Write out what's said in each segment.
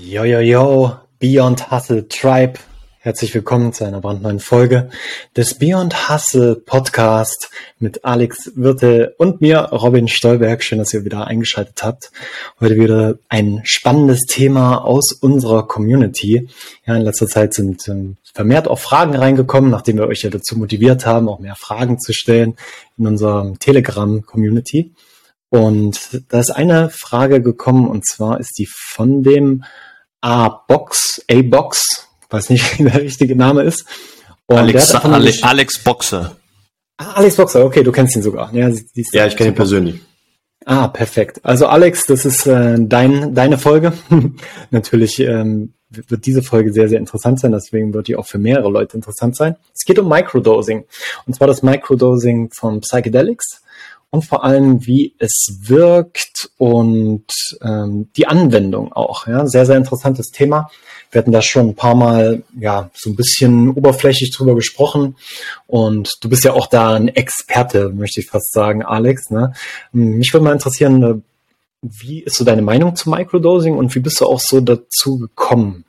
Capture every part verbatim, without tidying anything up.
Yo, yo, yo, Beyond Hustle Tribe. Herzlich willkommen zu einer brandneuen Folge des Beyond Hustle Podcast mit Alex Wirte und mir, Robin Stolberg. Schön, dass ihr wieder eingeschaltet habt. Heute wieder ein spannendes Thema aus unserer Community. Ja, in letzter Zeit sind ähm, vermehrt auch Fragen reingekommen, nachdem wir euch ja dazu motiviert haben, auch mehr Fragen zu stellen in unserer Telegram-Community. Und da ist eine Frage gekommen, und zwar ist die von dem A-Box, A-Box, weiß nicht, wie der richtige Name ist. Und Alex, Ale, Alex Boxer. Ah, Alex Boxer, okay, du kennst ihn sogar. Ja, siehst du, ja ich kenne ihn persönlich. Ah, perfekt. Also Alex, das ist äh, dein deine Folge. Natürlich ähm, wird diese Folge sehr, sehr interessant sein, deswegen wird die auch für mehrere Leute interessant sein. Es geht um Microdosing, und zwar das Microdosing von Psychedelics. Und vor allem, wie es wirkt und ähm, die Anwendung auch. Ja, sehr, sehr interessantes Thema. Wir hatten da schon ein paar Mal ja so ein bisschen oberflächlich drüber gesprochen. Und du bist ja auch da ein Experte, möchte ich fast sagen, Alex. Ne? Mich würde mal interessieren, wie ist so deine Meinung zu Microdosing und wie bist du auch so dazu gekommen?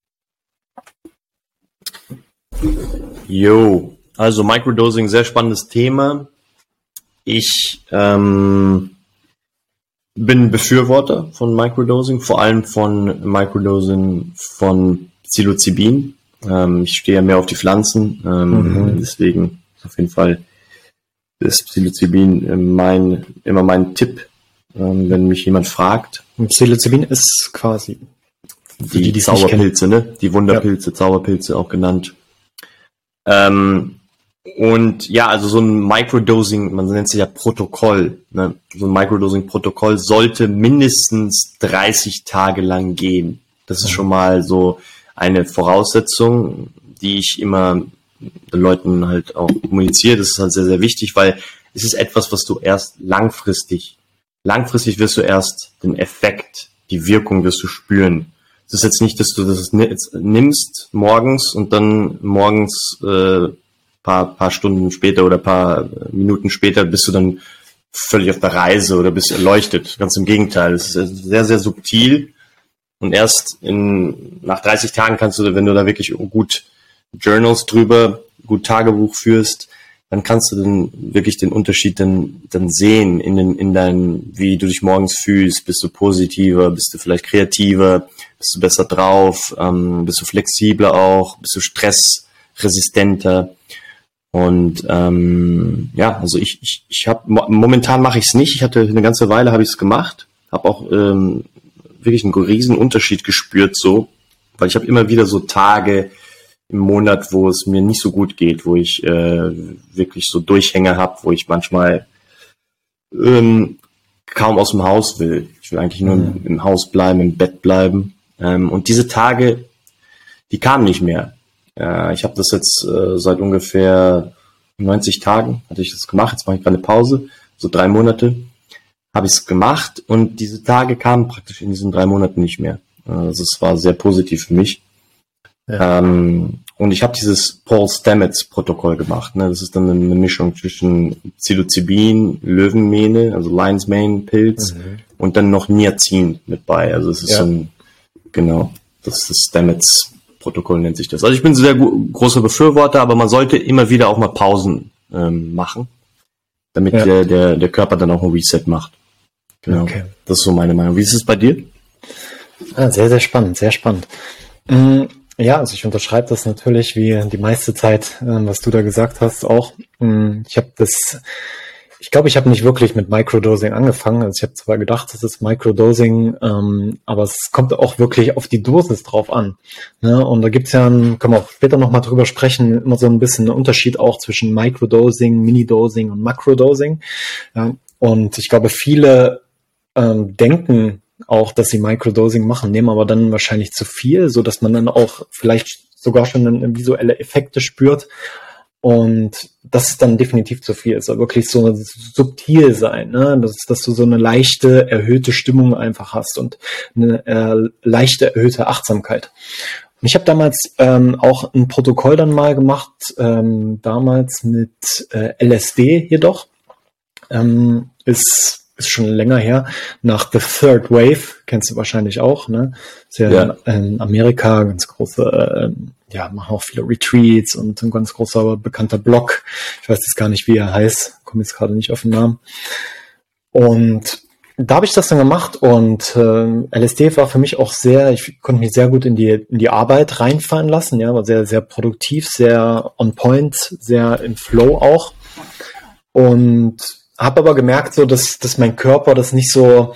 Jo, also Microdosing, sehr spannendes Thema. Ich ähm, bin Befürworter von Microdosing, vor allem von Microdosing von Psilocybin. Ähm, ich stehe ja mehr auf die Pflanzen, ähm, mhm. deswegen auf jeden Fall ist Psilocybin mein, immer mein Tipp, ähm, wenn mich jemand fragt. Und Psilocybin ist quasi die, die, die Zauberpilze, ne? Die Wunderpilze, ja. Zauberpilze auch genannt. Ähm, Und ja, also so ein Microdosing, man nennt es ja Protokoll, ne? So ein Microdosing-Protokoll sollte mindestens dreißig Tage lang gehen. Das ist schon mal so eine Voraussetzung, die ich immer den Leuten halt auch kommuniziere. Das ist halt sehr, sehr wichtig, weil es ist etwas, was du erst langfristig, langfristig wirst du erst den Effekt, die Wirkung wirst du spüren. Es ist jetzt nicht, dass du das nimmst morgens und dann morgens äh, paar paar Stunden später oder paar Minuten später bist du dann völlig auf der Reise oder bist erleuchtet. Ganz im Gegenteil. Es ist sehr, sehr subtil. Und erst in, nach dreißig Tagen kannst du, wenn du da wirklich gut Journals drüber, gut Tagebuch führst, dann kannst du dann wirklich den Unterschied dann, dann sehen in den, in dein, wie du dich morgens fühlst. Bist du positiver? Bist du vielleicht kreativer? Bist du besser drauf? Ähm, bist du flexibler auch? Bist du stressresistenter? Und ähm, ja, also ich ich ich habe momentan mache ich es nicht. Ich hatte eine ganze Weile habe ich es gemacht, habe auch ähm, wirklich einen riesen Unterschied gespürt, so, weil ich habe immer wieder so Tage im Monat, wo es mir nicht so gut geht, wo ich äh, wirklich so Durchhänger habe, wo ich manchmal ähm, kaum aus dem Haus will. Ich will eigentlich nur mhm. im, im Haus bleiben, im Bett bleiben. Ähm, und diese Tage, die kamen nicht mehr. Ja, ich habe das jetzt äh, seit ungefähr neunzig Tagen, hatte ich das gemacht, jetzt mache ich gerade eine Pause, so drei Monate habe ich es gemacht und diese Tage kamen praktisch in diesen drei Monaten nicht mehr. Also es war sehr positiv für mich. Ja. Ähm, und ich habe dieses Paul Stamets-Protokoll gemacht. Ne? Das ist dann eine Mischung zwischen Psilocybin, Löwenmähne, also Lion's Mane Pilz mhm. und dann noch Niacin mit bei. Also es ist ja. so ein, genau, das ist das Stamets Protokoll nennt sich das. Also ich bin sehr großer Befürworter, aber man sollte immer wieder auch mal Pausen ähm, machen, damit ja. der, der, der Körper dann auch ein Reset macht. Genau. Okay. Das ist so meine Meinung. Wie ist es bei dir? Ah, sehr, sehr spannend, sehr spannend. Mhm. Ja, also ich unterschreibe das natürlich wie die meiste Zeit, äh, was du da gesagt hast, auch. Mhm. Ich habe das... Ich glaube, ich habe nicht wirklich mit Microdosing angefangen. Also ich habe zwar gedacht, das ist Microdosing, ähm, aber es kommt auch wirklich auf die Dosis drauf an. Ne? Und da gibt's ja, einen, können wir auch später nochmal drüber sprechen, immer so ein bisschen einen Unterschied auch zwischen Microdosing, Minidosing und Macrodosing. Ja? Und ich glaube, viele ähm, denken auch, dass sie Microdosing machen, nehmen aber dann wahrscheinlich zu viel, so dass man dann auch vielleicht sogar schon eine visuelle Effekte spürt. Und das ist dann definitiv zu viel. Es soll wirklich so subtil sein, ne? dass, dass du so eine leichte, erhöhte Stimmung einfach hast und eine äh, leichte, erhöhte Achtsamkeit. Und ich habe damals ähm, auch ein Protokoll dann mal gemacht, ähm, damals mit äh, L S D jedoch. Ähm, ist ist schon länger her, nach The Third Wave, kennst du wahrscheinlich auch, ne? Ist ja, ja. in Amerika ganz große, äh, ja, machen auch viele Retreats und ein ganz großer bekannter Blog. Ich weiß jetzt gar nicht, wie er heißt, komme jetzt gerade nicht auf den Namen. Und da habe ich das dann gemacht und äh, L S D war für mich auch sehr, ich konnte mich sehr gut in die in die Arbeit reinfallen lassen, ja, war sehr, sehr produktiv, sehr on point, sehr im Flow auch. Und habe aber gemerkt, so dass, dass mein Körper das nicht so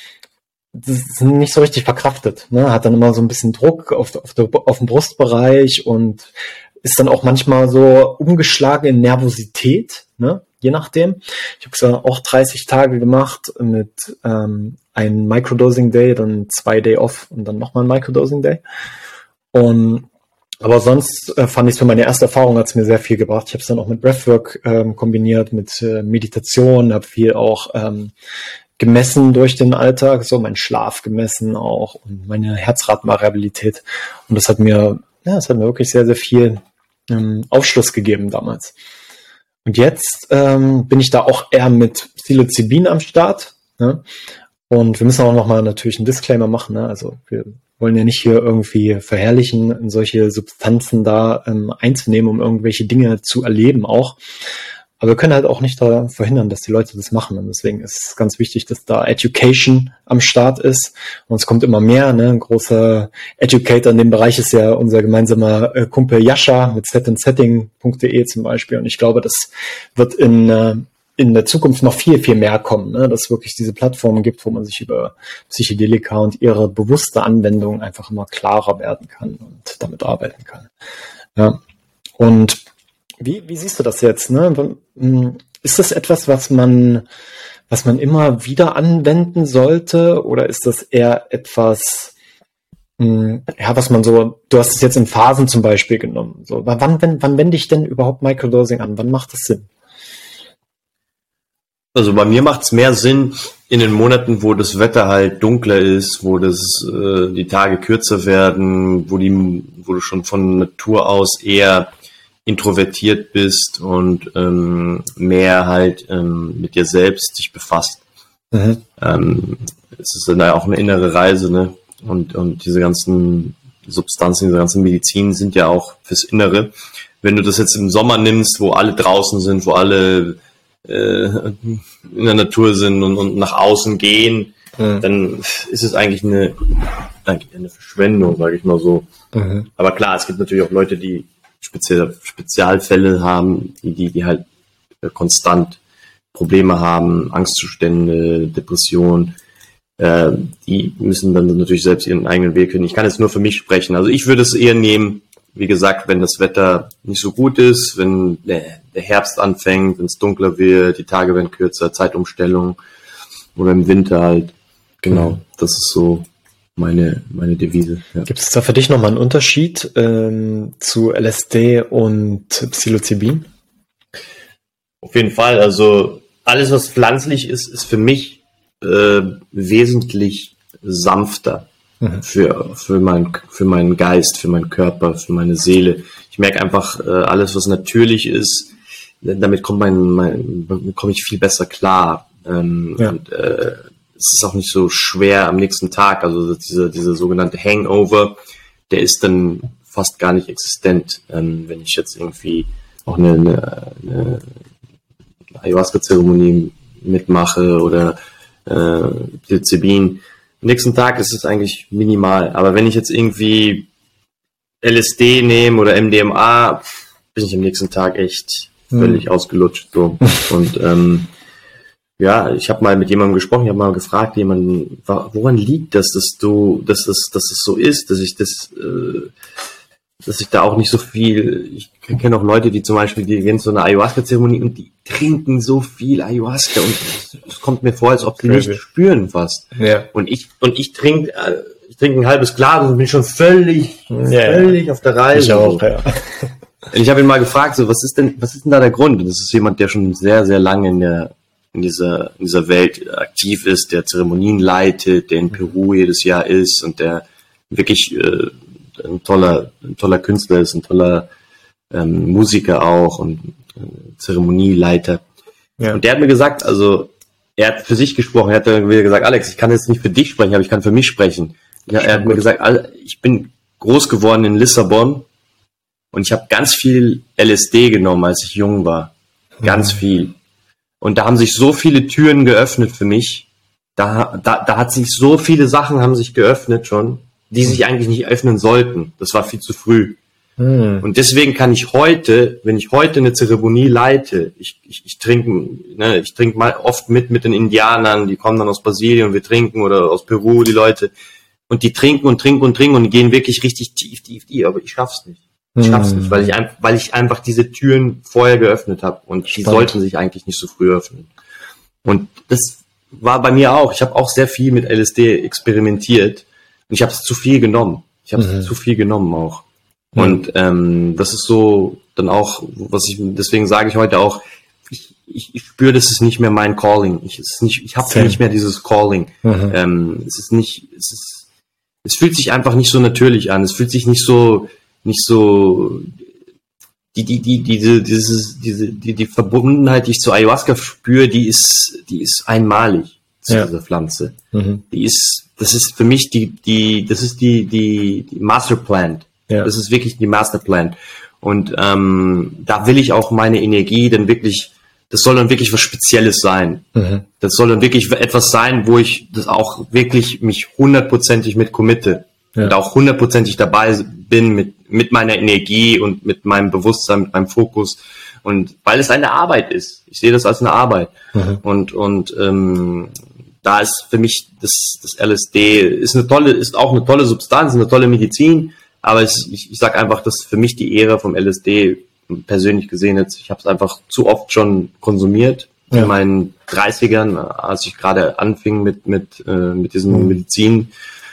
das nicht so richtig verkraftet. Ne? Hat dann immer so ein bisschen Druck auf, auf, der, auf dem Brustbereich und ist dann auch manchmal so umgeschlagen in Nervosität, ne? Je nachdem. Ich habe es ja auch dreißig Tage gemacht mit ähm, einem Microdosing-Day, dann zwei Day off und dann nochmal ein Microdosing-Day. Und aber sonst äh, fand ich es für meine erste Erfahrung, hat es mir sehr viel gebracht. Ich habe es dann auch mit Breathwork ähm, kombiniert, mit äh, Meditation, habe viel auch ähm, gemessen durch den Alltag, so meinen Schlaf gemessen auch und meine Herzratenvariabilität. Und das hat mir, ja, das hat mir wirklich sehr, sehr viel ähm, Aufschluss gegeben damals. Und jetzt ähm, bin ich da auch eher mit Psilocybin am Start. Ne? Und wir müssen auch nochmal natürlich einen Disclaimer machen. Ne? Also wir wollen ja nicht hier irgendwie verherrlichen, solche Substanzen da ähm, einzunehmen, um irgendwelche Dinge zu erleben auch. Aber wir können halt auch nicht da verhindern, dass die Leute das machen. Und deswegen ist es ganz wichtig, dass da Education am Start ist. Und es kommt immer mehr. Ne? Ein großer Educator in dem Bereich ist ja unser gemeinsamer äh, Kumpel Jascha mit set and setting punkt de zum Beispiel. Und ich glaube, das wird in, äh, in der Zukunft noch viel, viel mehr kommen. Ne? Dass es wirklich diese Plattformen gibt, wo man sich über Psychedelika und ihre bewusste Anwendung einfach immer klarer werden kann und damit arbeiten kann. Ja. Und Wie, wie siehst du das jetzt? Ne? Ist das etwas, was man, was man immer wieder anwenden sollte, oder ist das eher etwas, ja, was man so, du hast es jetzt in Phasen zum Beispiel genommen. So, wann, wann, wann wende ich denn überhaupt Microdosing an? Wann macht das Sinn? Also bei mir macht es mehr Sinn in den Monaten, wo das Wetter halt dunkler ist, wo das äh, die Tage kürzer werden, wo die, wo du schon von Natur aus eher introvertiert bist und ähm, mehr halt ähm, mit dir selbst dich befasst. Mhm. Ähm, es ist dann auch eine innere Reise, ne? Und, und diese ganzen Substanzen, diese ganzen Medizin sind ja auch fürs Innere. Wenn du das jetzt im Sommer nimmst, wo alle draußen sind, wo alle äh, in der Natur sind und, und nach außen gehen, mhm. dann ist es eigentlich eine, eigentlich eine Verschwendung, sage ich mal so. Mhm. Aber klar, es gibt natürlich auch Leute, die Spezial, Spezialfälle haben, die, die, die halt äh, konstant Probleme haben, Angstzustände, Depressionen, äh, die müssen dann natürlich selbst ihren eigenen Weg finden. Ich kann jetzt nur für mich sprechen. Also ich würde es eher nehmen, wie gesagt, wenn das Wetter nicht so gut ist, wenn der, der Herbst anfängt, wenn es dunkler wird, die Tage werden kürzer, Zeitumstellung oder im Winter halt. Genau, mhm. Das ist so meine meine Devise. Ja. Gibt es da für dich nochmal einen Unterschied ähm, zu L S D und Psilocybin? Auf jeden Fall. Also alles, was pflanzlich ist, ist für mich äh, wesentlich sanfter mhm. für für mein für meinen Geist, für meinen Körper, für meine Seele. Ich merke einfach, äh, alles, was natürlich ist, damit kommt mein, mein komme ich viel besser klar. Ähm, ja. Und äh, es ist auch nicht so schwer am nächsten Tag, also dieser diese sogenannte Hangover, der ist dann fast gar nicht existent, ähm, wenn ich jetzt irgendwie auch eine, eine, eine Ayahuasca-Zeremonie mitmache oder äh, Psilocybin. Am nächsten Tag ist es eigentlich minimal, aber wenn ich jetzt irgendwie L S D nehme oder M D M A, bin ich am nächsten Tag echt völlig hm. ausgelutscht. So. Und ähm, ja, ich habe mal mit jemandem gesprochen, ich habe mal gefragt, jemanden, woran liegt das, dass du, dass das, dass es so ist, dass ich das, äh, dass ich da auch nicht so viel, ich kenne auch Leute, die zum Beispiel, die gehen zu einer Ayahuasca-Zeremonie und die trinken so viel Ayahuasca und es kommt mir vor, als ob sie Crazy. Nicht spüren fast. Ja. Und ich, und ich trinke, äh, ich trinke ein halbes Glas und bin schon völlig, ja, völlig ja. auf der Reise. Ich auch, ja. Und ich habe ihn mal gefragt, so, was ist denn, was ist denn da der Grund? Und das ist jemand, der schon sehr, sehr lange in der in dieser, in dieser Welt aktiv ist, der Zeremonien leitet, der in Peru jedes Jahr ist und der wirklich äh, ein toller, ein toller Künstler ist, ein toller ähm, Musiker auch und äh, Zeremonieleiter. Ja. Und der hat mir gesagt, also er hat für sich gesprochen, er hat dann wieder gesagt, Alex, ich kann jetzt nicht für dich sprechen, aber ich kann für mich sprechen. Ja, er hat mir gesagt, ich bin groß geworden in Lissabon und ich habe ganz viel L S D genommen, als ich jung war. Ganz mhm. viel. Und da haben sich so viele Türen geöffnet für mich. Da, da, da hat sich so viele Sachen haben sich geöffnet schon, die sich eigentlich nicht öffnen sollten. Das war viel zu früh. Mhm. Und deswegen kann ich heute, wenn ich heute eine Zeremonie leite, ich, ich, ich trinke, ne, ich trinke mal oft mit mit den Indianern, die kommen dann aus Brasilien und wir trinken, oder aus Peru, die Leute. Und die trinken und trinken und trinken und gehen wirklich richtig tief, tief, tief. Aber ich schaff's nicht. Ich schaff's nicht, weil ich, ein, weil ich einfach diese Türen vorher geöffnet habe. Und die Spannend. sollten sich eigentlich nicht so früh öffnen. Und das war bei mir auch. Ich habe auch sehr viel mit L S D experimentiert. Und ich habe es zu viel genommen. Ich habe es mhm. zu viel genommen auch. Mhm. Und ähm, das ist so dann auch, was ich, deswegen sage ich heute auch, ich, ich, ich spüre, das ist nicht mehr mein Calling. Ich, es ist nicht, ich habe nicht mehr dieses Calling. Mhm. Ähm, es ist nicht, es ist Es fühlt sich einfach nicht so natürlich an. Es fühlt sich nicht so, nicht so, die, die, die, diese, dieses, diese, die, die Verbundenheit, die ich zu Ayahuasca spüre, die ist, die ist einmalig zu ja. dieser Pflanze. Mhm. Die ist, das ist für mich die, die, das ist die, die, die Masterplant. Ja. Das ist wirklich die Masterplant. Und, ähm, da will ich auch meine Energie dann wirklich, das soll dann wirklich was Spezielles sein. Mhm. Das soll dann wirklich etwas sein, wo ich das auch wirklich mich hundertprozentig mit committe. Ja. Und auch hundertprozentig dabei bin mit, mit meiner Energie und mit meinem Bewusstsein, mit meinem Fokus. Und weil es eine Arbeit ist. Ich sehe das als eine Arbeit. Mhm. Und, und, ähm, da ist für mich das, das L S D ist eine tolle, ist auch eine tolle Substanz, eine tolle Medizin. Aber es, ich, ich sage einfach, dass für mich die Ehre vom L S D persönlich gesehen jetzt, ich habe es einfach zu oft schon konsumiert ja. in meinen dreißigern, als ich gerade anfing mit mit äh, mit diesen mhm. Medizin,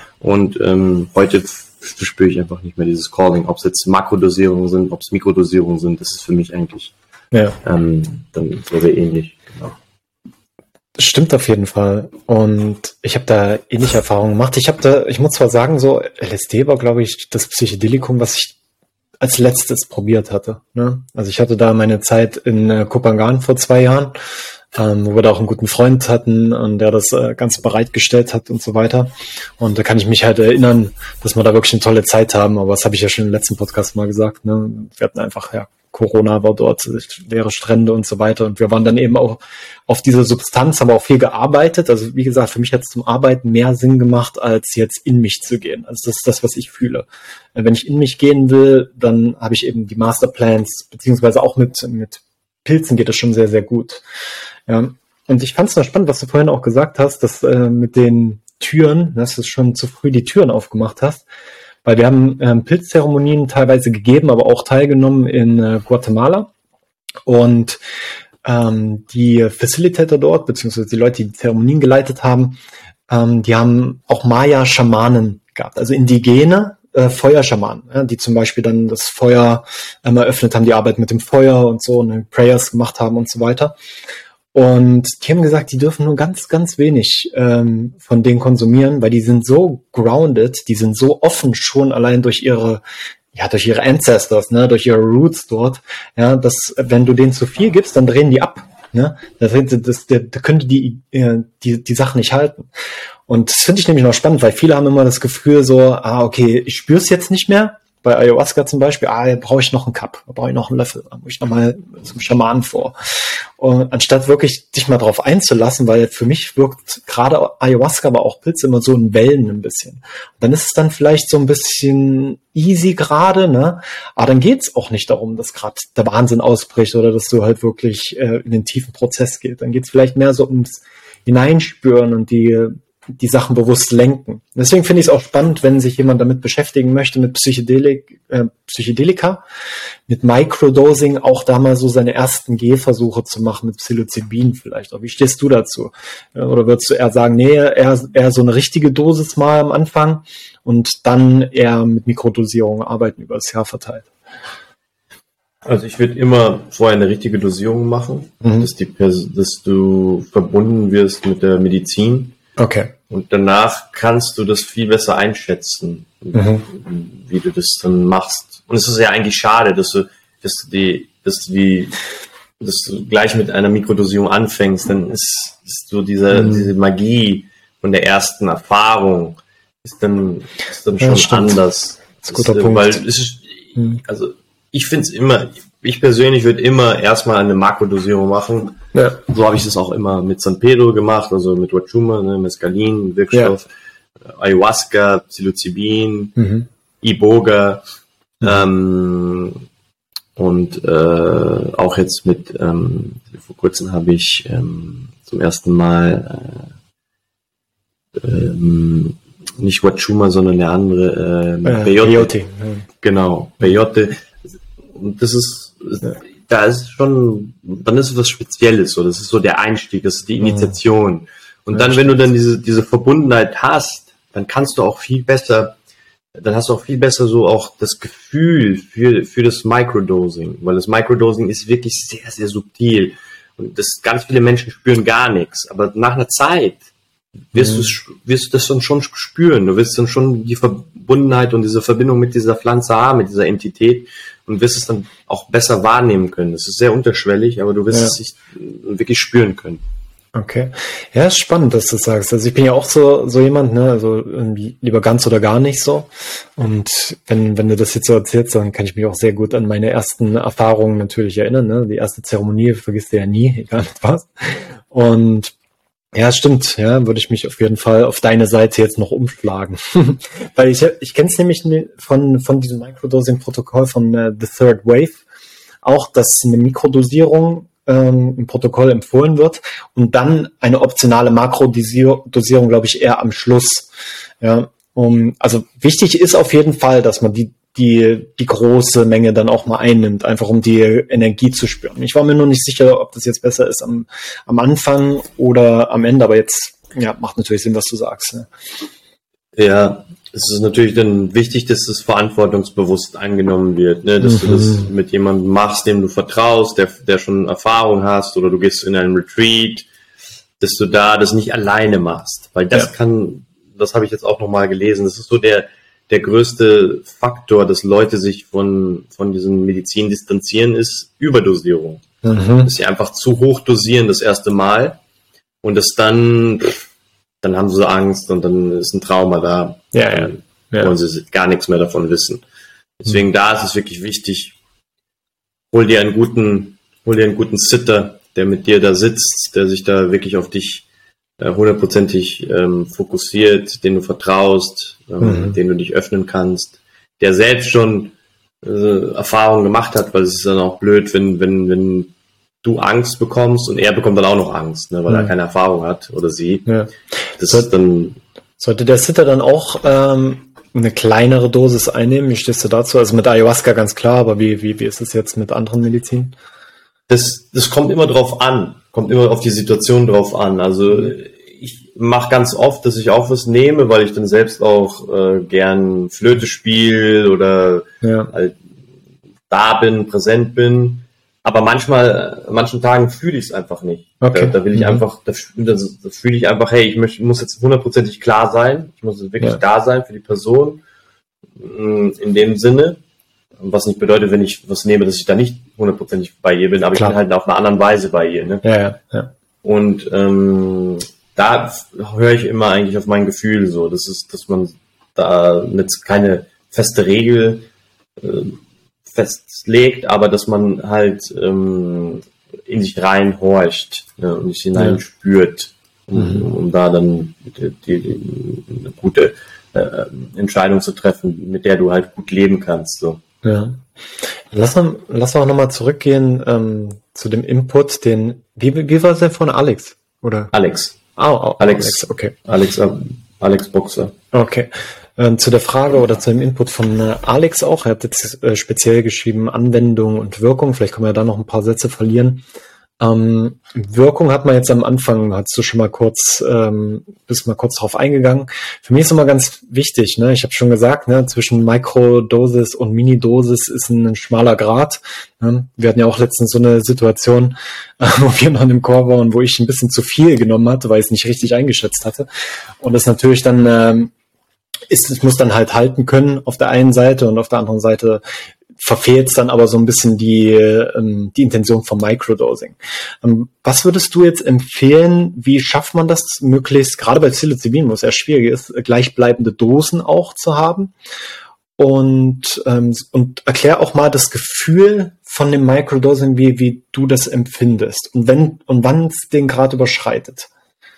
und ähm, heute verspüre ich einfach nicht mehr dieses Calling, ob es jetzt Makrodosierungen sind, ob es Mikrodosierungen sind, das ist für mich eigentlich ja. ähm, dann sehr, sehr ähnlich. Genau. Stimmt auf jeden Fall. Und ich habe da ähnliche Erfahrungen gemacht. Ich habe da, ich muss zwar sagen, so L S D war, glaube ich, das Psychedelikum, was ich als letztes probiert hatte. Ne? Also ich hatte da meine Zeit in äh, Kopangan vor zwei Jahren, ähm, wo wir da auch einen guten Freund hatten und der das äh, ganz bereitgestellt hat und so weiter. Und da kann ich mich halt erinnern, dass wir da wirklich eine tolle Zeit haben. Aber das habe ich ja schon im letzten Podcast mal gesagt. Ne? Wir hatten einfach, ja, Corona war dort, leere Strände und so weiter. Und wir waren dann eben auch auf diese Substanz, haben auch viel gearbeitet. Also wie gesagt, für mich hat es zum Arbeiten mehr Sinn gemacht, als jetzt in mich zu gehen. Also das ist das, was ich fühle. Wenn ich in mich gehen will, dann habe ich eben die Masterplans, beziehungsweise auch mit, mit Pilzen geht das schon sehr, sehr gut. Ja. Und ich fand es noch spannend, was du vorhin auch gesagt hast, dass äh, mit den Türen, dass du schon zu früh die Türen aufgemacht hast. Weil wir haben ähm, Pilzzeremonien teilweise gegeben, aber auch teilgenommen in äh, Guatemala. Und ähm, die Facilitator dort, beziehungsweise die Leute, die die Zeremonien geleitet haben, ähm, die haben auch Maya-Schamanen gehabt, also indigene äh, Feuerschamanen, ja, die zum Beispiel dann das Feuer ähm, eröffnet haben, die Arbeit mit dem Feuer und so und Prayers gemacht haben und so weiter. Und die haben gesagt, die dürfen nur ganz, ganz wenig ähm, von denen konsumieren, weil die sind so grounded, die sind so offen schon allein durch ihre, ja, durch ihre Ancestors, ne, durch ihre Roots dort, ja, dass wenn du denen zu viel gibst, dann drehen die ab, ne, das, das, das, da könnte die, die, die Sachen nicht halten. Und das finde ich nämlich noch spannend, weil viele haben immer das Gefühl so, ah, okay, ich spüre es jetzt nicht mehr. Bei Ayahuasca zum Beispiel, ah, brauche ich noch einen Cup, brauche ich noch einen Löffel, da muss ich nochmal zum Schamanen vor. Und anstatt wirklich dich mal drauf einzulassen, weil für mich wirkt gerade Ayahuasca, aber auch Pilze immer so in Wellen ein bisschen. Und dann ist es dann vielleicht so ein bisschen easy gerade, ne? Aber dann geht's auch nicht darum, dass gerade der Wahnsinn ausbricht oder dass du halt wirklich äh, in den tiefen Prozess gehst. Dann geht's vielleicht mehr so ums Hineinspüren und die die Sachen bewusst lenken. Deswegen finde ich es auch spannend, wenn sich jemand damit beschäftigen möchte, mit Psychedelik, äh, Psychedelika, mit Microdosing, auch da mal so seine ersten Gehversuche zu machen, mit Psilocybin vielleicht. Auch wie stehst du dazu? Oder würdest du eher sagen, nee, eher, eher so eine richtige Dosis mal am Anfang und dann eher mit Mikrodosierung arbeiten über das Jahr verteilt? Also ich würde immer vorher eine richtige Dosierung machen, mhm. dass, die Pers- dass du verbunden wirst mit der Medizin. Okay. Und danach kannst du das viel besser einschätzen, mhm. wie du das dann machst. Und es ist ja eigentlich schade, dass du, dass du die, dass du die, dass du gleich mit einer Mikrodosierung anfängst, dann ist, ist so diese, mhm. diese Magie von der ersten Erfahrung ist dann, ist dann schon ja, anders. Das ist ein guter das, Punkt. Weil es ist, mhm. also ich finde es immer, ich persönlich würde immer erstmal eine Makrodosierung machen. Ja. So habe ich das auch immer mit San Pedro gemacht, also mit Wachuma, ne, Mescalin, Wirkstoff, ja. Ayahuasca, Psilocybin, mhm. Iboga, mhm. ähm, und äh, auch jetzt mit, ähm, vor kurzem habe ich ähm, zum ersten Mal äh, ähm, nicht Wachuma, sondern der andere, äh, äh, Peyote. Peyote. Genau, Peyote. Und das ist, ja. da ist schon, dann ist es was Spezielles, so. Das ist so der Einstieg, das ist die Initiation. Und ja, dann, wenn du dann diese, diese Verbundenheit hast, dann kannst du auch viel besser, dann hast du auch viel besser so auch das Gefühl für, für das Microdosing, weil das Microdosing ist wirklich sehr, sehr subtil. Und das, ganz viele Menschen spüren gar nichts. Aber nach einer Zeit wirst mhm. du, wirst du das dann schon spüren. Du wirst dann schon die Verbundenheit und diese Verbindung mit dieser Pflanze haben, mit dieser Entität, und wirst es dann auch besser wahrnehmen können. Das ist sehr unterschwellig, aber du wirst ja. es sich wirklich spüren können. Okay. Ja, ist spannend, dass du das sagst. Also ich bin ja auch so, so jemand, ne, also lieber ganz oder gar nicht so. Und wenn, wenn du das jetzt so erzählst, dann kann ich mich auch sehr gut an meine ersten Erfahrungen natürlich erinnern, ne. Die erste Zeremonie vergisst du ja nie, egal was. Und ja, stimmt, ja, würde ich mich auf jeden Fall auf deine Seite jetzt noch umschlagen. Weil ich, ich kenne es nämlich von, von diesem Microdosing-Protokoll von uh, The Third Wave auch, dass eine Mikrodosierung im Protokoll empfohlen wird und dann eine optionale Makrodosierung, glaube ich, eher am Schluss. Ja, um, also wichtig ist auf jeden Fall, dass man die die die große Menge dann auch mal einnimmt, einfach um die Energie zu spüren. Ich war mir nur nicht sicher, ob das jetzt besser ist am am Anfang oder am Ende, aber jetzt ja, macht natürlich Sinn, was du sagst. Ne? Ja, es ist natürlich dann wichtig, dass es verantwortungsbewusst angenommen wird, ne? Dass mhm. du das mit jemandem machst, dem du vertraust, der, der schon Erfahrung hast, oder du gehst in einen Retreat, dass du da das nicht alleine machst, weil das ja. kann, das habe ich jetzt auch nochmal gelesen, das ist so der, der größte Faktor, dass Leute sich von, von diesen Medizin distanzieren, ist Überdosierung. Mhm. Dass sie einfach zu hoch dosieren das erste Mal und das dann, dann haben sie Angst und dann ist ein Trauma da. Ja, ja. ja. Wollen sie gar nichts mehr davon wissen. Deswegen mhm. da ist es wirklich wichtig, hol dir einen guten, hol dir einen guten Sitter, der mit dir da sitzt, der sich da wirklich auf dich äh, hundertprozentig ähm, fokussiert, den du vertraust, ähm, mhm. den du dich öffnen kannst, der selbst schon äh, Erfahrungen gemacht hat, weil es ist dann auch blöd, wenn, wenn, wenn du Angst bekommst und er bekommt dann auch noch Angst, ne, weil mhm. er keine Erfahrung hat oder sie. Ja. Das so, ist dann. Sollte der Sitter dann auch ähm, eine kleinere Dosis einnehmen? Wie stehst du dazu? Also mit Ayahuasca ganz klar, aber wie, wie, wie ist es jetzt mit anderen Medizin? Das, das kommt immer drauf an, kommt immer auf die Situation drauf an. Also ich mache ganz oft, dass ich auch was nehme, weil ich dann selbst auch äh, gern Flöte spiele oder ja. halt da bin, präsent bin. Aber manchmal, an manchen Tagen fühle ich es einfach nicht. Okay. Da, da will ich mhm. einfach, da, da, da fühle ich einfach, hey, ich möchte, muss jetzt hundertprozentig klar sein. Ich muss wirklich ja. da sein für die Person. In dem Sinne. Was nicht bedeutet, wenn ich was nehme, dass ich da nicht hundertprozentig bei ihr bin, aber Klar. ich bin halt auf einer anderen Weise bei ihr. Ne? Ja, ja, ja. Und ähm, da höre ich immer eigentlich auf mein Gefühl so. Das ist, dass man da jetzt keine feste Regel äh, festlegt, aber dass man halt ähm, in sich reinhorcht, ne, und sich hinein ja. spürt, um, mhm. um da dann die, die, die, eine gute äh, Entscheidung zu treffen, mit der du halt gut leben kannst. So. Ja. Lass uns lass auch nochmal zurückgehen ähm, zu dem Input, den, wie, wie war es denn von Alex? Oder? Alex. Oh, oh, Alex, Alex, okay. Alex, äh, Alex Boxer. Okay. Ähm, zu der Frage oder zu dem Input von äh, Alex auch, er hat jetzt äh, speziell geschrieben Anwendung und Wirkung, vielleicht können wir da noch ein paar Sätze verlieren. Ähm, Wirkung hat man jetzt am Anfang, hast du schon mal kurz, ähm, bist mal kurz drauf eingegangen. Für mich ist immer ganz wichtig, ne? Ich habe schon gesagt, ne, zwischen Mikrodosis und Minidosis ist ein schmaler Grat. Ne? Wir hatten ja auch letztens so eine Situation, äh, wo wir noch in einem Chor waren, wo ich ein bisschen zu viel genommen hatte, weil ich es nicht richtig eingeschätzt hatte. Und das natürlich dann ähm, ist, es muss dann halt halten können auf der einen Seite und auf der anderen Seite verfehlst dann aber so ein bisschen die, ähm, die Intention vom Microdosing. Ähm, was würdest du jetzt empfehlen, wie schafft man das möglichst, gerade bei Psilocybin, wo es eher schwierig ist, gleichbleibende Dosen auch zu haben? Und, ähm, und erklär auch mal das Gefühl von dem Microdosing, wie, wie du das empfindest und wenn und wann es den Grad überschreitet.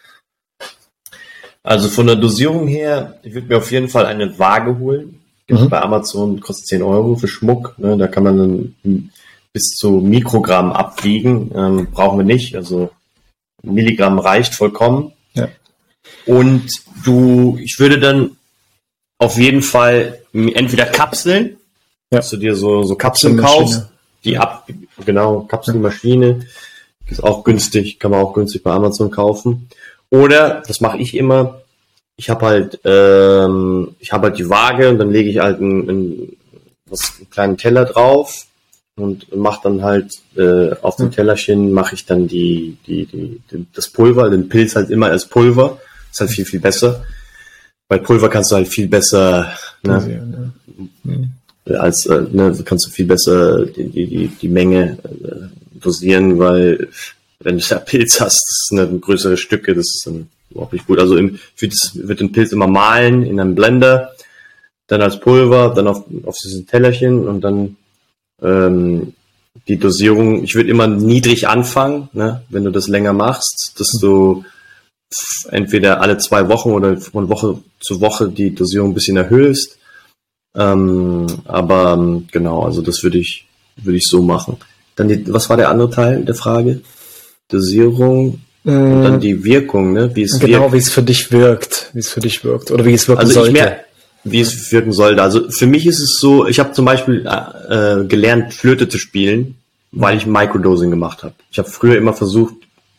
Also von der Dosierung her, ich würde mir auf jeden Fall eine Waage holen. Gibt mhm. bei Amazon, kostet zehn Euro für Schmuck. Ne? Da kann man dann bis zu Mikrogramm abwiegen. Ähm, brauchen wir nicht. Also Milligramm reicht vollkommen. Ja. Und du, ich würde dann auf jeden Fall entweder Kapseln, ja. dass du dir so, so Kapseln kaufst, die ja. ab, genau, Kapselmaschine, ist auch günstig, kann man auch günstig bei Amazon kaufen. Oder, das mache ich immer, ich habe halt, ähm, ich habe halt die Waage und dann lege ich halt einen, einen, was, einen kleinen Teller drauf und mache dann halt äh, auf dem Tellerchen mache ich dann die, die, die, die, das Pulver, den Pilz halt immer als Pulver, ist halt viel, viel besser. Bei Pulver kannst du halt viel besser, ne, ja. als äh, ne, kannst du viel besser die, die, die, die Menge äh, dosieren, weil wenn du da Pilz hast, das sind größere Stücke, das ist dann überhaupt nicht gut. Also im, ich würde den Pilz immer mahlen in einem Blender, dann als Pulver, dann auf, auf diesen Tellerchen und dann ähm, die Dosierung. Ich würde immer niedrig anfangen, ne, wenn du das länger machst, dass du entweder alle zwei Wochen oder von Woche zu Woche die Dosierung ein bisschen erhöhst. Ähm, aber genau, also das würde ich, würde ich so machen. Dann die, was war der andere Teil der Frage? Dosierung mm. und dann die Wirkung, ne? Wie es genau, wirkt. wie es für dich wirkt, wie es für dich wirkt oder wie es wirken also sollte. Ich mer- wie es wirken sollte. Also für mich ist es so, ich habe zum Beispiel äh, gelernt, Flöte zu spielen, weil ich Microdosing gemacht habe. Ich habe früher immer versucht,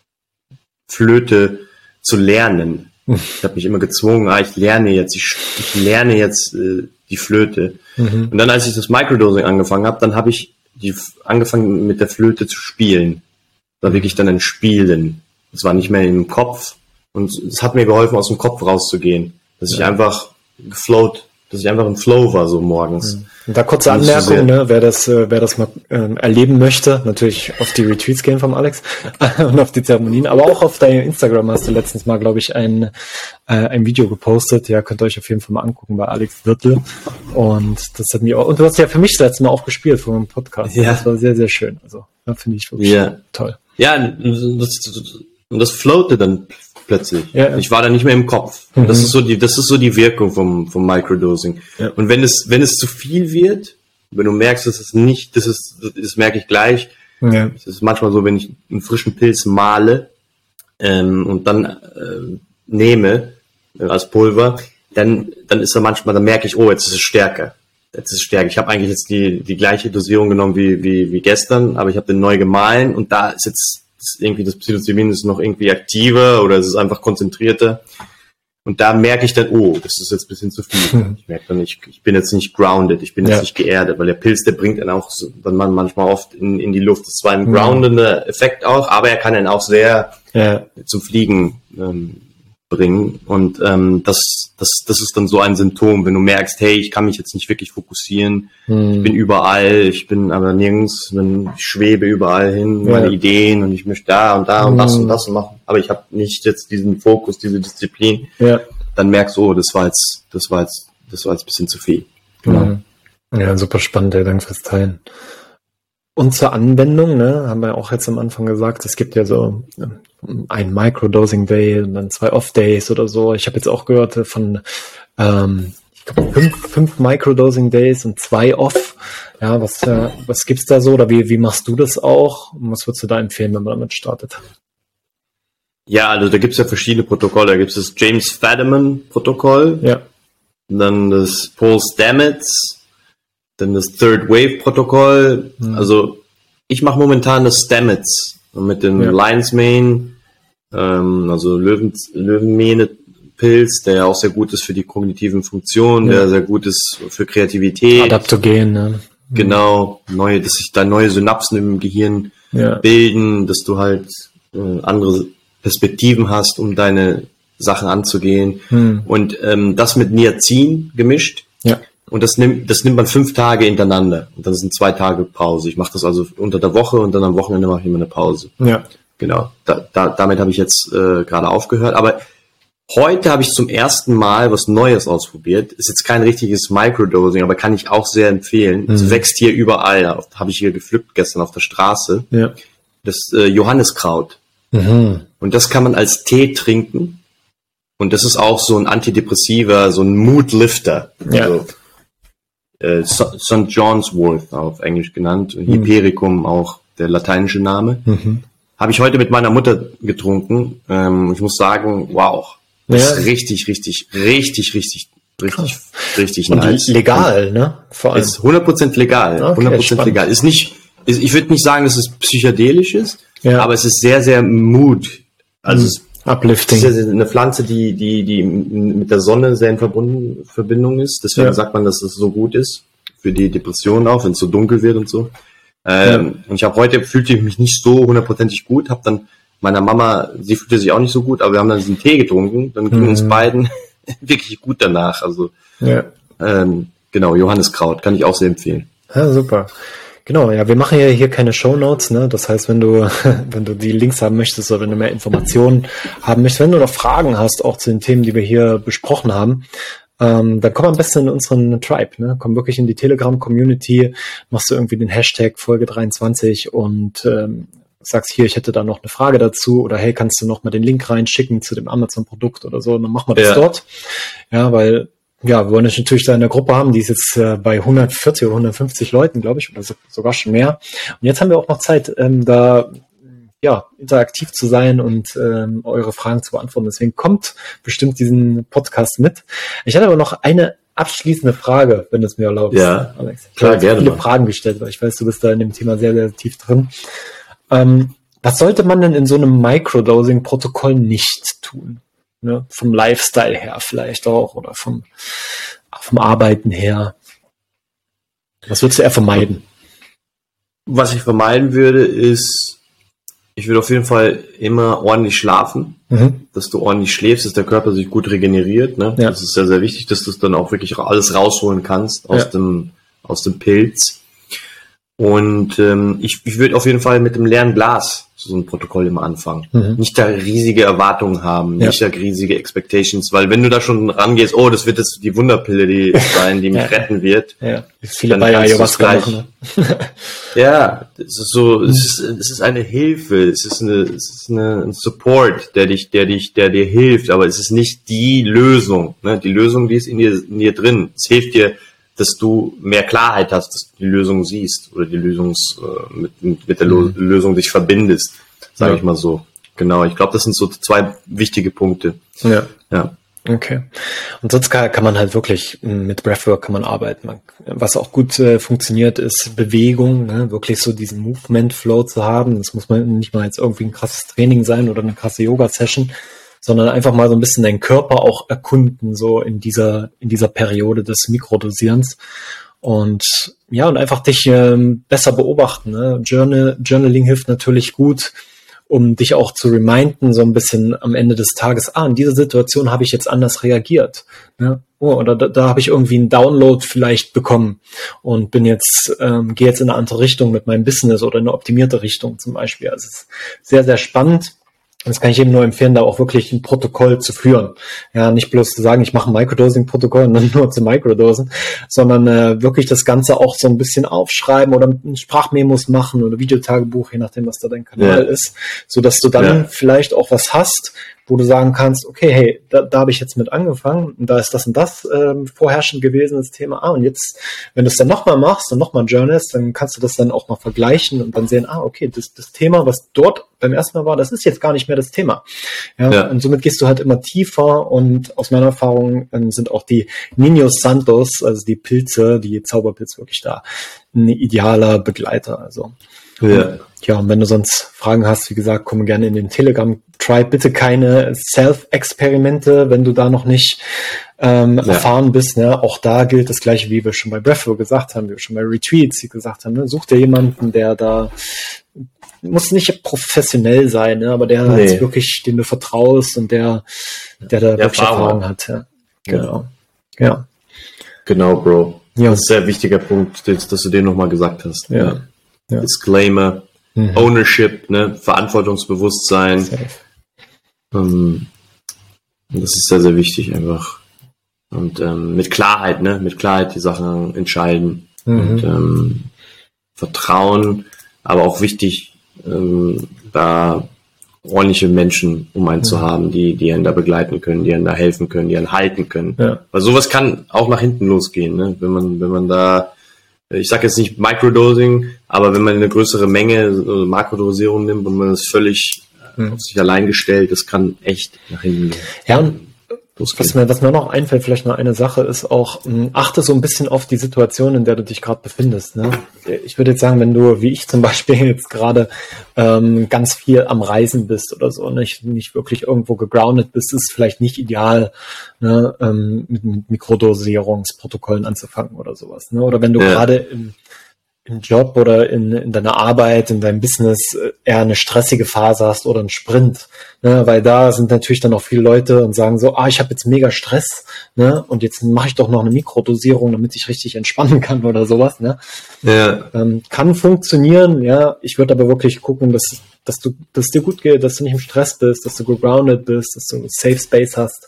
Flöte zu lernen. Ich habe mich immer gezwungen, ah, ich lerne jetzt, ich, ich lerne jetzt äh, die Flöte. Mhm. Und dann, als ich das Microdosing angefangen habe, dann habe ich die angefangen mit der Flöte zu spielen. Das war wirklich dann ein Spielen. Das war nicht mehr im Kopf. Und es hat mir geholfen, aus dem Kopf rauszugehen. Dass ja. ich einfach geflowt, dass ich einfach im Flow war, so morgens. Und da kurze Anmerkung, so ne, wer das, äh, wer das mal ähm, erleben möchte, natürlich auf die Retweets gehen vom Alex und auf die Zeremonien, aber auch auf deinem Instagram hast du letztens mal, glaube ich, ein, äh, ein Video gepostet. Ja, könnt ihr euch auf jeden Fall mal angucken bei Alex Wirtel. Und das hat mir auch, und du hast ja für mich das letzte Mal auch gespielt vor einem Podcast. Ja. Das war sehr, sehr schön. Also, ja, finde ich wirklich ja. toll. Ja, das, und das floatte dann plötzlich. Ja, ja. Ich war da nicht mehr im Kopf. Mhm. Das ist so die, das ist so die Wirkung vom, vom Microdosing. Ja. Und wenn es, wenn es zu viel wird, wenn du merkst, dass es nicht, das ist, das merke ich gleich. Ja. Es ist manchmal so, wenn ich einen frischen Pilz male, ähm, und dann, äh, nehme, äh, als Pulver, dann, dann ist er manchmal, dann merke ich, oh, jetzt ist es stärker. Jetzt ist es stärker. Ich habe eigentlich jetzt die, die gleiche Dosierung genommen wie, wie, wie gestern, aber ich habe den neu gemahlen und da ist jetzt, ist irgendwie das Psilocybin ist noch irgendwie aktiver oder es ist einfach konzentrierter. Und da merke ich dann, oh, das ist jetzt ein bisschen zu viel. Ich merke dann, ich, ich bin jetzt nicht grounded, ich bin jetzt ja. nicht geerdet, weil der Pilz, der bringt dann auch, so, dann man manchmal oft in, in die Luft. Das ist zwar ein mhm. groundender Effekt auch, aber er kann dann auch sehr ja. zum Fliegen ähm, bringen. Und ähm, das, das, das ist dann so ein Symptom, wenn du merkst, hey, ich kann mich jetzt nicht wirklich fokussieren, hm. ich bin überall, ich bin aber nirgends, wenn ich schwebe überall hin, ja. meine Ideen und ich möchte da und da und hm. das und das machen, aber ich habe nicht jetzt diesen Fokus, diese Disziplin, ja. dann merkst du, oh, das war jetzt, das war jetzt, das war jetzt ein bisschen zu viel. Genau. Ja, super spannend, ey, danke fürs Teilen. Und zur Anwendung, ne, haben wir auch jetzt am Anfang gesagt, es gibt ja so ein Microdosing Day und dann zwei Off Days oder so. Ich habe jetzt auch gehört von ähm, ich glaube fünf, fünf Microdosing Days und zwei Off. Ja, was äh, was gibt's da so oder wie wie machst du das auch? Und was würdest du da empfehlen, wenn man damit startet? Ja, also da gibt's ja verschiedene Protokolle. Da gibt's das James Fadiman Protokoll, ja, dann das Paul Stamets, dann das Third Wave Protokoll. Hm. Also ich mache momentan das Stamets mit dem ja. Lion's Mane, ähm, also Löwen, Löwenmähne-Pilz, der ja auch sehr gut ist für die kognitiven Funktionen, ja. der sehr gut ist für Kreativität. Adaptogen, ne? Genau, neue, dass sich da neue Synapsen im Gehirn ja. bilden, dass du halt äh, andere Perspektiven hast, um deine Sachen anzugehen. Hm. Und ähm, das mit Niacin gemischt. Ja. Und das nimmt, das nimmt man fünf Tage hintereinander. Und dann sind zwei Tage Pause. Ich mache das also unter der Woche und dann am Wochenende mache ich immer eine Pause. Ja. Genau. Da, da, damit habe ich jetzt äh, gerade aufgehört. Aber heute habe ich zum ersten Mal was Neues ausprobiert. Ist jetzt kein richtiges Microdosing, aber kann ich auch sehr empfehlen. Es mhm. wächst hier überall. Habe ich hier gepflückt gestern auf der Straße. Ja. Das äh, Johanniskraut. Mhm. Und das kann man als Tee trinken. Und das ist auch so ein Antidepressiver, so ein Moodlifter. Ja. Also, äh, Sankt John's Wort auf Englisch genannt. Mhm. Hypericum auch der lateinische Name. Mhm. Habe ich heute mit meiner Mutter getrunken. Ähm, ich muss sagen, wow. Das ja. ist richtig, richtig, richtig, richtig, richtig, richtig und nice. Legal, und ne? Vor allem. Ist hundert Prozent legal. Okay, hundert Prozent legal. Ist nicht, ist, ich würde nicht sagen, dass es psychedelisch ist, ja. aber es ist sehr, sehr Mood. Also mhm. es Uplifting. Es ist eine Pflanze, die, die, die mit der Sonne sehr in Verbunden, Verbindung ist. Deswegen ja. sagt man, dass es so gut ist. Für die Depression auch, wenn es so dunkel wird und so. Ähm, ja. Und ich habe heute, fühlte ich mich nicht so hundertprozentig gut, habe dann meiner Mama, sie fühlte sich auch nicht so gut, aber wir haben dann diesen Tee getrunken, dann ging mhm. uns beiden wirklich gut danach. Also ja. ähm, genau, Johanniskraut, kann ich auch sehr empfehlen. Ja, super. Genau, ja, wir machen ja hier keine Shownotes, ne? Das heißt, wenn du, wenn du die Links haben möchtest oder wenn du mehr Informationen haben möchtest, wenn du noch Fragen hast, auch zu den Themen, die wir hier besprochen haben, ähm, dann komm am besten in unseren Tribe, ne? Komm wirklich in die Telegram-Community, machst du irgendwie den Hashtag Folge dreiundzwanzig und ähm, sagst hier, ich hätte da noch eine Frage dazu oder hey, kannst du noch mal den Link reinschicken zu dem Amazon-Produkt oder so, und dann machen wir das ja. dort. Ja, weil ja, wir wollen das natürlich da in der Gruppe haben, die ist jetzt äh, bei hundertvierzig oder hundertfünfzig Leuten, glaube ich, oder so, sogar schon mehr. Und jetzt haben wir auch noch Zeit, ähm, da ja interaktiv zu sein und ähm, eure Fragen zu beantworten. Deswegen kommt bestimmt diesen Podcast mit. Ich hatte aber noch eine abschließende Frage, wenn du es mir erlaubst, ja, Alex. Ich klar, habe gerne viele mal. Fragen gestellt, weil ich weiß, du bist da in dem Thema sehr, sehr tief drin. Ähm, was sollte man denn in so einem Microdosing-Protokoll nicht tun? Ne, vom Lifestyle her vielleicht auch oder vom, vom Arbeiten her. Was würdest du eher vermeiden? Was ich vermeiden würde, ist, ich würde auf jeden Fall immer ordentlich schlafen, mhm. dass du ordentlich schläfst, dass der Körper sich gut regeneriert. Ne? Ja. Das ist sehr, sehr wichtig, dass du es dann auch wirklich alles rausholen kannst aus, ja. dem, aus dem Pilz. Und ähm, ich, ich würde auf jeden Fall mit dem leeren Glas so ein Protokoll immer anfangen. Mhm. Nicht da riesige Erwartungen haben, ja. nicht da riesige Expectations, weil wenn du da schon rangehst, oh, das wird jetzt die Wunderpille die sein, die mich ja. retten wird. Ja, viele bei Ayahuasca machen. Ja, es ist so, es ist, es ist eine Hilfe, es ist eine, es ist eine, ein Support, der dich, der dich, der dir hilft, aber es ist nicht die Lösung. Ne? Die Lösung, die ist in dir, in dir drin. Es hilft dir, dass du mehr Klarheit hast, dass du die Lösung siehst oder die Lösungs äh, mit, mit der Lo- Lösung dich verbindest, sage ja. ich mal so. Genau, ich glaube, das sind so zwei wichtige Punkte. Ja. Ja. Okay. Und sonst kann, kann man halt wirklich mit Breathwork kann man arbeiten. Man, was auch gut äh, funktioniert, ist Bewegung, ne? Wirklich so diesen Movement Flow zu haben. Das muss man nicht mal jetzt irgendwie ein krasses Training sein oder eine krasse Yoga-Session, sondern einfach mal so ein bisschen deinen Körper auch erkunden, so in dieser, in dieser Periode des Mikrodosierens. Und ja, und einfach dich ähm, besser beobachten. Ne? Journal, Journaling hilft natürlich gut, um dich auch zu reminden, so ein bisschen am Ende des Tages, ah, in dieser Situation habe ich jetzt anders reagiert. Ne? Oh, oder da, da habe ich irgendwie einen Download vielleicht bekommen und bin jetzt, ähm, gehe jetzt in eine andere Richtung mit meinem Business oder in eine optimierte Richtung zum Beispiel. Also es ist sehr, sehr spannend. Das kann ich eben nur empfehlen, da auch wirklich ein Protokoll zu führen. Ja, nicht bloß zu sagen, ich mache ein Microdosing-Protokoll und dann nur zu Microdosen, sondern äh, wirklich das Ganze auch so ein bisschen aufschreiben oder mit Sprachmemos machen oder Videotagebuch, je nachdem, was da dein Kanal ja. ist, so dass du dann ja. vielleicht auch was hast, wo du sagen kannst, okay, hey, da, da habe ich jetzt mit angefangen und da ist das und das ähm, vorherrschend gewesen, das Thema. Ah, und jetzt, wenn du es dann nochmal machst und nochmal journalst, dann kannst du das dann auch mal vergleichen und dann sehen, ah, okay, das, das Thema, was dort beim ersten Mal war, das ist jetzt gar nicht mehr das Thema. Ja, ja. Und somit gehst du halt immer tiefer und aus meiner Erfahrung ähm, sind auch die Niños Santos, also die Pilze, die Zauberpilze wirklich da ein idealer Begleiter. Also ja. Ja, und wenn du sonst Fragen hast, wie gesagt, komm gerne in den Telegram-Tribe. Bitte keine Self-Experimente, wenn du da noch nicht ähm, ja. erfahren bist. Ne? Auch da gilt das Gleiche, wie wir schon bei Breathwork gesagt haben, wie wir schon bei Retreats gesagt haben. Ne? Such dir jemanden, der da, muss nicht professionell sein, ne? aber der nee. wirklich, dem du vertraust und der, der da der wirklich Erfahrung hat. Ja. Genau. Ja. Genau, Bro. Ja. Das ist ein sehr wichtiger Punkt, dass, dass du den nochmal gesagt hast. Ja. Ja. Ja. Disclaimer, mhm. Ownership, ne? Verantwortungsbewusstsein. Ähm, das ist sehr, sehr wichtig einfach. Und ähm, mit Klarheit, ne? Mit Klarheit die Sachen entscheiden. Mhm. Und ähm, Vertrauen, aber auch wichtig, ähm, da ordentliche Menschen um einen mhm. zu haben, die, die einen da begleiten können, die einen da helfen können, die einen halten können. Ja. Weil sowas kann auch nach hinten losgehen, ne? Wenn man, wenn man da, ich sage jetzt nicht Microdosing, aber wenn man eine größere Menge, also Makrodosierung nimmt und man ist völlig mhm. auf sich allein gestellt, das kann echt nach hinten gehen. Ja, und was mir, was mir noch einfällt, vielleicht noch eine Sache ist auch, mh, achte so ein bisschen auf die Situation, in der du dich gerade befindest. Ne? Ich würde jetzt sagen, wenn du, wie ich zum Beispiel jetzt gerade ähm, ganz viel am Reisen bist oder so, nicht, nicht wirklich irgendwo gegroundet bist, ist es vielleicht nicht ideal, ne, ähm, mit, mit Mikrodosierungsprotokollen anzufangen oder sowas. Ne? Oder wenn du ja. gerade im im Job oder in, in deiner Arbeit, in deinem Business eher eine stressige Phase hast oder einen Sprint, ne? Weil da sind natürlich dann auch viele Leute und sagen so, ah, ich habe jetzt mega Stress, ne? Und jetzt mache ich doch noch eine Mikrodosierung, damit ich richtig entspannen kann oder sowas, ne? Ja. Ähm, kann funktionieren, ja. Ich würde aber wirklich gucken, dass, dass du, dass es dir gut geht, dass du nicht im Stress bist, dass du gegrounded bist, dass du einen Safe Space hast.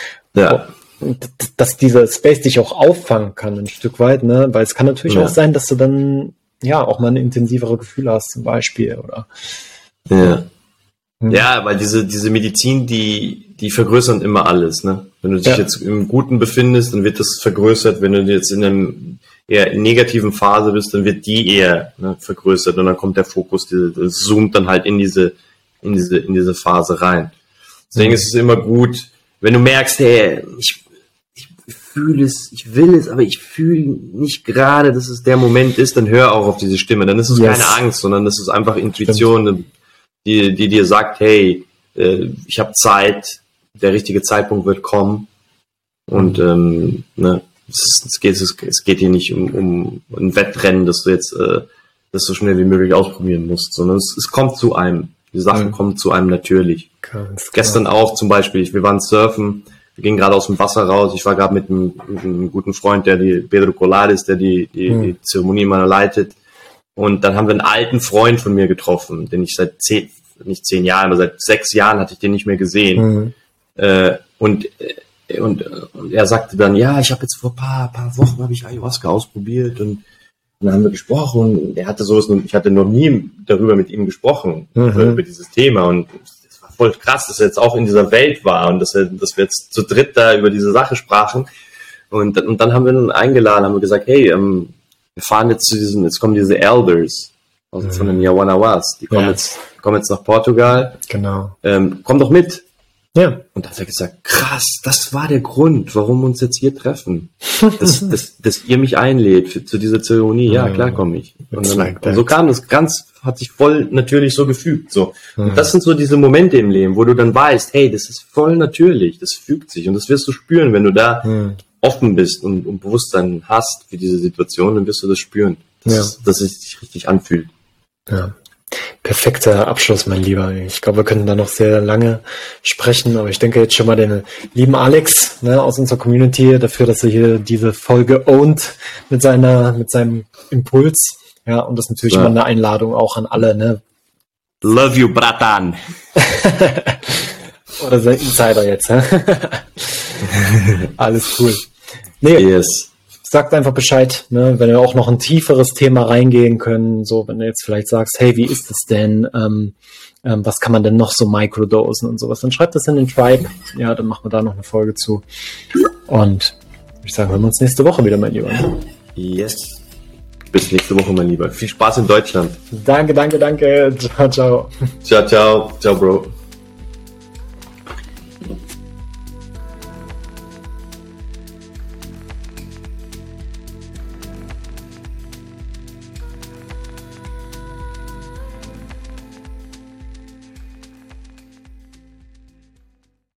Ja. Und dass dieser Space dich auch auffangen kann, ein Stück weit, ne? Weil es kann natürlich ja. auch sein, dass du dann ja auch mal ein intensivere Gefühl hast, zum Beispiel, oder? Ja. Hm. Ja, weil diese, diese Medizin, die, die vergrößern immer alles, ne? Wenn du dich ja. jetzt im Guten befindest, dann wird das vergrößert. Wenn du jetzt in einem eher negativen Phase bist, dann wird die eher ne, vergrößert und dann kommt der Fokus, diese, das zoomt dann halt in diese, in diese, in diese Phase rein. Deswegen hm. ist es immer gut, wenn du merkst, hey, ich Ich fühle es, ich will es, aber ich fühle nicht gerade, dass es der Moment ist, dann hör auch auf diese Stimme. Dann ist es yes. keine Angst, sondern das ist einfach Intuition, die, die dir sagt, hey, äh, ich habe Zeit, der richtige Zeitpunkt wird kommen. Und ähm, ne, es, es, geht, es, es geht hier nicht um, um ein Wettrennen, dass du jetzt äh, das so schnell wie möglich ausprobieren musst, sondern es, es kommt zu einem. Die Sachen mhm. kommen zu einem natürlich. Ganz Gestern klar. auch zum Beispiel, wir waren surfen, wir gingen gerade aus dem Wasser raus. Ich war gerade mit einem, mit einem guten Freund, der die Pedro Colares, der die, die, mhm. die Zeremonie immer leitet. Und dann haben wir einen alten Freund von mir getroffen, den ich seit zehn, nicht zehn Jahren, aber seit sechs Jahren hatte ich den nicht mehr gesehen. Mhm. Äh, und, und, und er sagte dann, ja, ich habe jetzt vor ein paar, paar Wochen habe ich Ayahuasca ausprobiert und dann haben wir gesprochen. Und er hatte sowas, ich hatte noch nie darüber mit ihm gesprochen, mhm. über dieses Thema. Und voll krass, dass er jetzt auch in dieser Welt war und dass, er, dass wir jetzt zu dritt da über diese Sache sprachen. Und, und dann haben wir ihn eingeladen, haben wir gesagt, hey, ähm, wir fahren jetzt zu diesen, jetzt kommen diese Elders also mhm. von den Yawanawas, die kommen, ja. jetzt, kommen jetzt nach Portugal. Genau. Ähm, komm doch mit. Ja. Und da hat er gesagt, krass, das war der Grund, warum wir uns jetzt hier treffen. dass, dass, dass ihr mich einlädt für, zu dieser Zeremonie. Ja, klar komme ich. Und, dann, like und so kam das ganz, hat sich voll natürlich so gefügt. So. Mhm. Und das sind so diese Momente im Leben, wo du dann weißt, hey, das ist voll natürlich, das fügt sich. Und das wirst du spüren, wenn du da mhm. offen bist und, und Bewusstsein hast für diese Situation, dann wirst du das spüren, dass, ja. es, dass es sich richtig anfühlt. Ja. Perfekter Abschluss, mein Lieber. Ich glaube, wir können da noch sehr lange sprechen, aber ich denke jetzt schon mal den lieben Alex ne, aus unserer Community dafür, dass er hier diese Folge ownt mit seiner, mit seinem Impuls. Ja, und das ist natürlich ja. immer eine Einladung auch an alle. Ne? Love you, Bratan. Oder sein Insider jetzt. Alles cool. Nee, yes. Sagt einfach Bescheid, ne, wenn wir auch noch ein tieferes Thema reingehen können, so wenn du jetzt vielleicht sagst, hey, wie ist es denn, ähm, ähm, was kann man denn noch so microdosen und sowas, dann schreibt das in den Tribe, ja, dann machen wir da noch eine Folge zu und ich sage, hören wir uns nächste Woche wieder, mein Lieber. Yes, bis nächste Woche, mein Lieber. Viel Spaß in Deutschland. Danke, danke, danke, ciao, ciao. Ciao, ciao, ciao, Bro.